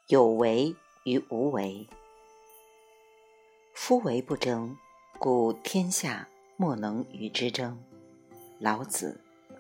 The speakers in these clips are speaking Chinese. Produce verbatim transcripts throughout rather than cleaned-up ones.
有为与无为。夫为不争，故天下莫能与之争。老子。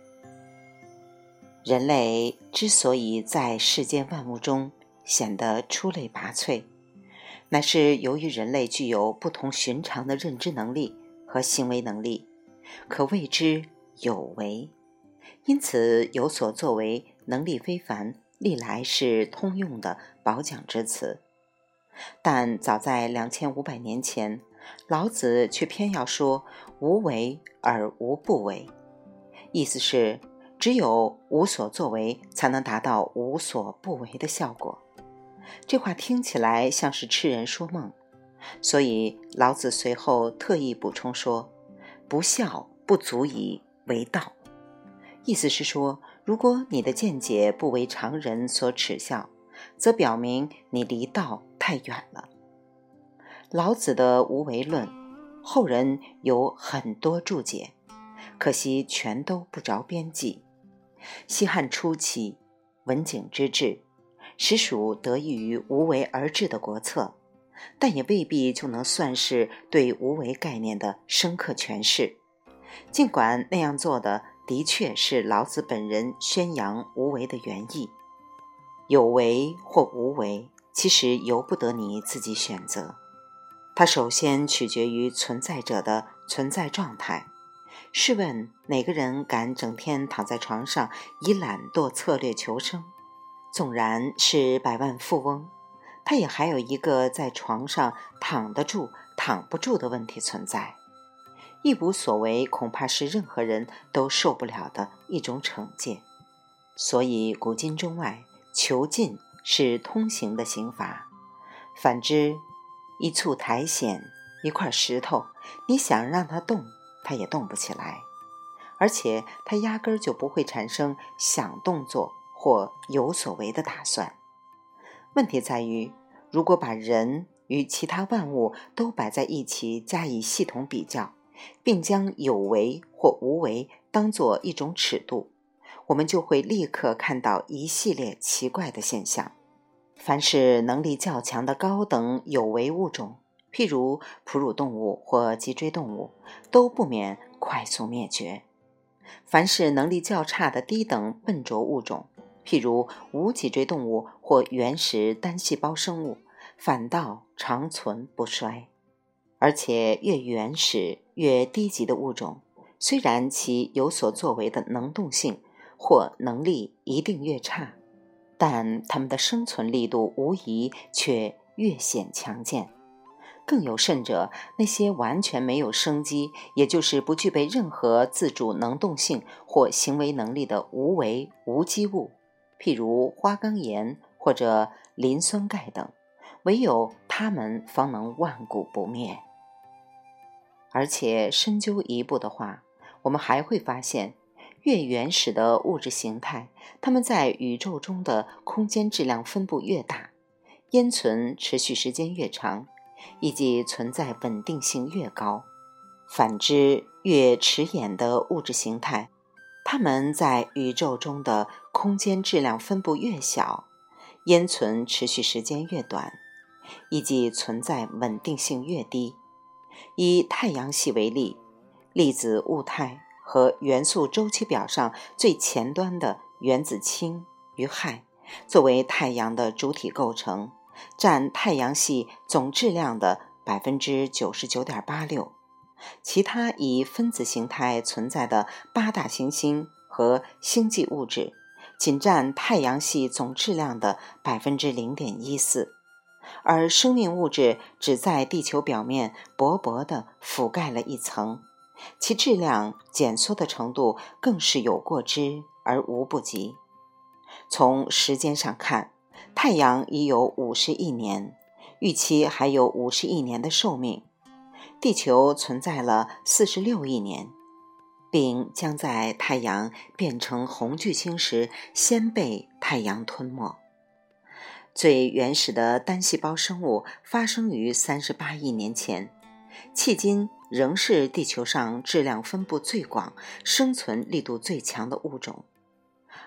人类之所以在世间万物中显得出类拔萃，乃是由于人类具有不同寻常的认知能力和行为能力，可谓之有为。因此有所作为，能力非凡，历来是通用的褒奖之词。但早在两千五百年前，老子却偏要说无为而无不为，意思是只有无所作为才能达到无所不为的效果。这话听起来像是痴人说梦，所以老子随后特意补充说，不孝不足以为道。意思是说，如果你的见解不为常人所耻笑，则表明你离道太远了。老子的无为论，后人有很多注解，可惜全都不着边际。西汉初期，文景之治实属得益于无为而治的国策，但也未必就能算是对无为概念的深刻诠释。尽管那样做的的确是老子本人宣扬无为的原意。有为或无为，其实由不得你自己选择，它首先取决于存在者的存在状态。试问哪个人敢整天躺在床上以懒惰策略求生？纵然是百万富翁，他也还有一个在床上躺得住躺不住的问题存在。一无所为恐怕是任何人都受不了的一种惩戒。所以古今中外，囚禁是通行的刑罚。反之，一簇苔藓，一块石头，你想让它动，它也动不起来，而且它压根儿就不会产生想动作或有所为的打算。问题在于，如果把人与其他万物都摆在一起加以系统比较，并将有为或无为当作一种尺度，我们就会立刻看到一系列奇怪的现象。凡是能力较强的高等有为物种，譬如哺乳动物或脊椎动物，都不免快速灭绝。凡是能力较差的低等笨拙物种，譬如无脊椎动物或原始单细胞生物，反倒长存不衰。而且越原始越低级的物种，虽然其有所作为的能动性或能力一定越差，但它们的生存力度无疑却越显强健。更有甚者，那些完全没有生机，也就是不具备任何自主能动性或行为能力的无为无机物，譬如花岗岩或者磷酸钙等，唯有它们方能万古不灭。而且深究一步的话，我们还会发现，越原始的物质形态，它们在宇宙中的空间质量分布越大，烟存持续时间越长，以及存在稳定性越高。反之，越迟衍的物质形态，它们在宇宙中的空间质量分布越小，烟存持续时间越短，以及存在稳定性越低。以太阳系为例，粒子物态和元素周期表上最前端的原子氢与氦，作为太阳的主体构成，占太阳系总质量的 百分之九十九点八六。 其他以分子形态存在的八大行星和星际物质，仅占太阳系总质量的 百分之零点一四。而生命物质只在地球表面薄薄地覆盖了一层，其质量减缩的程度更是有过之而无不及。从时间上看，太阳已有五十亿年，预期还有五十亿年的寿命，地球存在了四十六亿年，并将在太阳变成红巨星时先被太阳吞没。最原始的单细胞生物发生于三十八亿年前，迄今仍是地球上质量分布最广、生存力度最强的物种。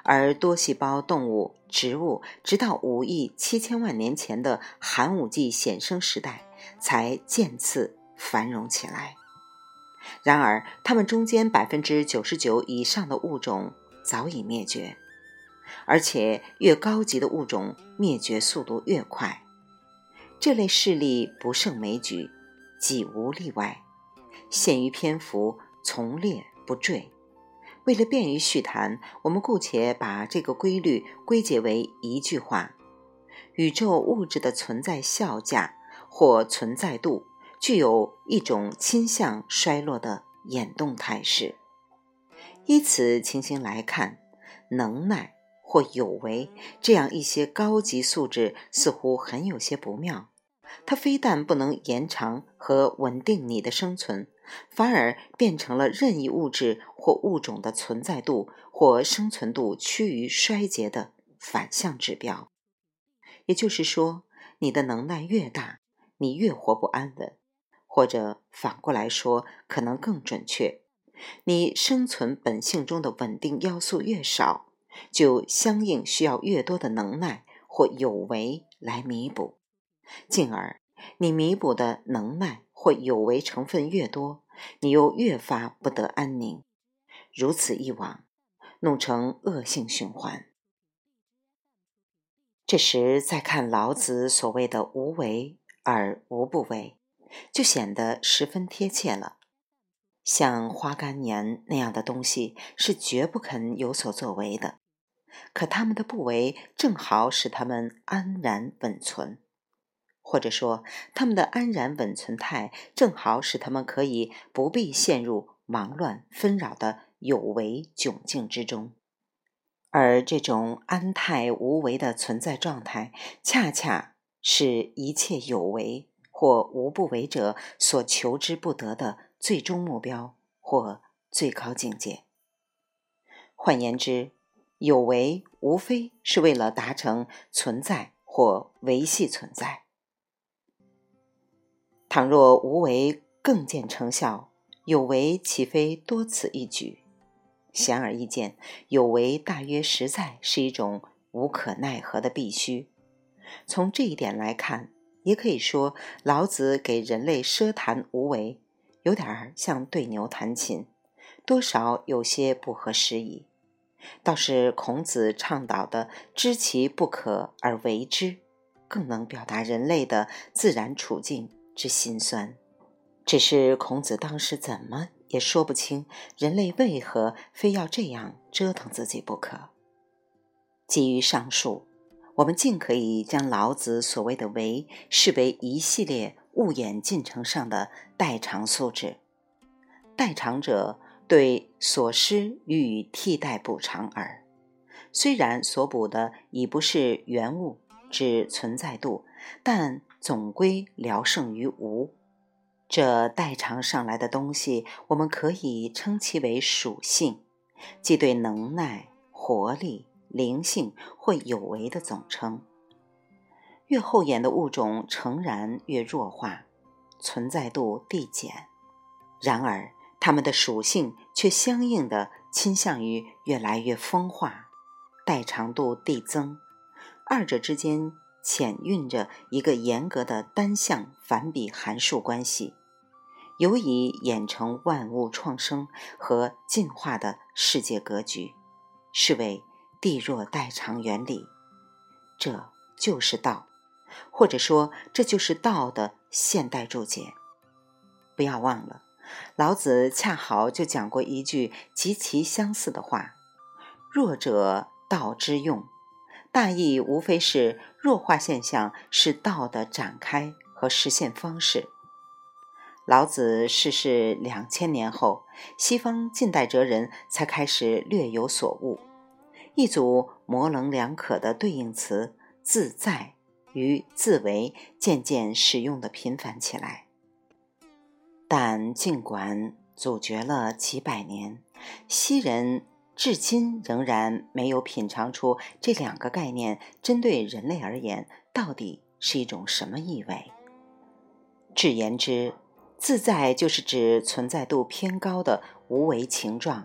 而多细胞动物、植物直到五亿七千万年前的寒武纪显生时代才渐次繁荣起来。然而它们中间 百分之九十九 以上的物种早已灭绝，而且越高级的物种灭绝速度越快。这类事例不胜枚举，几无例外，限于篇幅，从列不赘。为了便于叙谈，我们姑且把这个规律归结为一句话：宇宙物质的存在效价或存在度具有一种倾向衰落的演动态势。依此情形来看，能耐或有为这样一些高级素质似乎很有些不妙。它非但不能延长和稳定你的生存，反而变成了任意物质或物种的存在度或生存度趋于衰竭的反向指标。也就是说，你的能耐越大，你越活不安稳，或者反过来说，可能更准确，你生存本性中的稳定要素越少，就相应需要越多的能耐或有为来弥补。进而你弥补的能耐或有为成分越多，你又越发不得安宁，如此一往，弄成恶性循环。这时再看老子所谓的无为而无不为，就显得十分贴切了。像花干年那样的东西是绝不肯有所作为的，可他们的不为正好使他们安然稳存，或者说他们的安然稳存态正好使他们可以不必陷入忙乱纷扰的有为窘境之中。而这种安泰无为的存在状态，恰恰是一切有为或无不为者所求之不得的最终目标或最高境界。换言之，有为无非是为了达成存在或维系存在。倘若无为更见成效，有为岂非多此一举？显而易见，有为大约实在是一种无可奈何的必须。从这一点来看，也可以说老子给人类奢谈无为，有点像对牛弹琴，多少有些不合时宜。倒是孔子倡导的知其不可而为之，更能表达人类的自然处境之辛酸。只是孔子当时怎么也说不清人类为何非要这样折腾自己不可。基于上述，我们尽可以将老子所谓的为视为一系列物演进程上的代偿素质。代偿者对所失予以替代补偿耳，虽然所补的已不是原物之存在度，但总归聊胜于无。这代偿上来的东西，我们可以称其为属性，即对能耐、活力、灵性或有为的总称。越后演的物种诚然越弱化，存在度递减，然而它们的属性却相应地倾向于越来越风化，代偿度递增，二者之间潜蕴着一个严格的单向反比函数关系，尤以演成万物创生和进化的世界格局，是为地弱代偿原理。这就是道，或者说这就是道的现代注解。不要忘了，老子恰好就讲过一句极其相似的话：弱者道之用，大意无非是弱化现象是道的展开和实现方式。老子逝世两千年后，西方近代哲人才开始略有所悟，一组模棱两可的对应词自在与自为渐渐使用的频繁起来。但尽管阻绝了几百年，西人至今仍然没有品尝出这两个概念针对人类而言到底是一种什么意味。至言之，自在就是指存在度偏高的无为情状，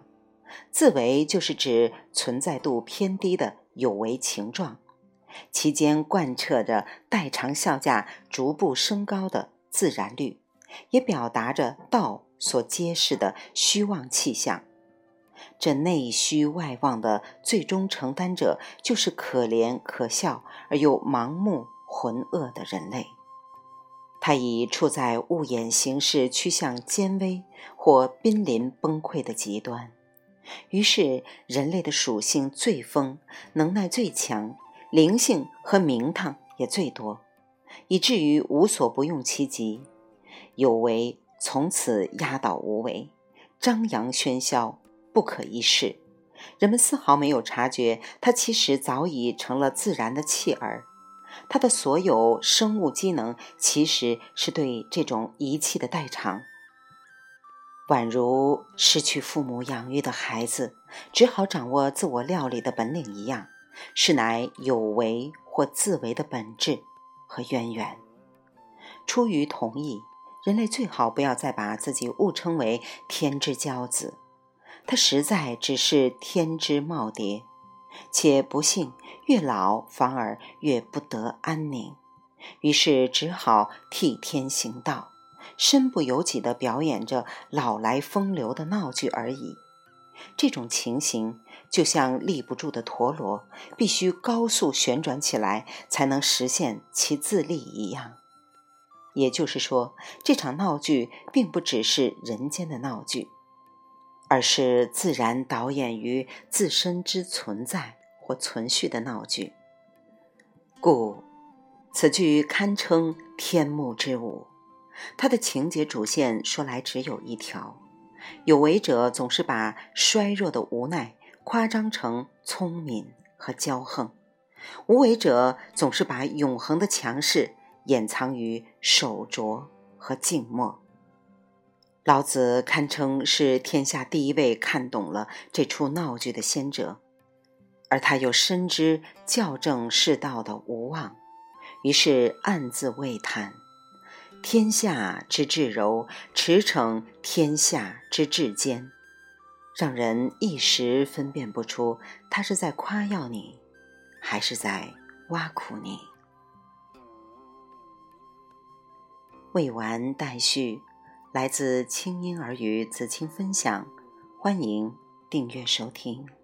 自为就是指存在度偏低的有为情状，其间贯彻着代偿效价逐步升高的自然律，也表达着道所揭示的虚妄气象。这内虚外妄的最终承担者，就是可怜可笑而又盲目浑噩的人类。他已处在物演形势趋向艰危或濒临崩溃的极端，于是人类的属性最丰，能耐最强，灵性和名堂也最多，以至于无所不用其极。有为从此压倒无为，张扬喧嚣，不可一世。人们丝毫没有察觉，它其实早已成了自然的弃儿。它的所有生物机能其实是对这种遗弃的代偿，宛如失去父母养育的孩子只好掌握自我料理的本领一样，是乃有为或自为的本质和渊源。出于同意，人类最好不要再把自己误称为天之骄子，他实在只是天之耄耋，且不幸越老反而越不得安宁，于是只好替天行道，身不由己地表演着老来风流的闹剧而已。这种情形就像立不住的陀螺，必须高速旋转起来才能实现其自立一样。也就是说，这场闹剧并不只是人间的闹剧，而是自然导演于自身之存在或存续的闹剧。故此剧堪称天幕之舞。它的情节主线说来只有一条，有为者总是把衰弱的无奈夸张成聪明和骄横，无为者总是把永恒的强势掩藏于手拙和静默。老子堪称是天下第一位看懂了这出闹剧的先哲，而他又深知校正世道的无望，于是暗自喟叹：天下之至柔，驰骋天下之至坚，让人一时分辨不出他是在夸耀你，还是在挖苦你。未完待续，来自清音儿语子青分享，欢迎订阅收听。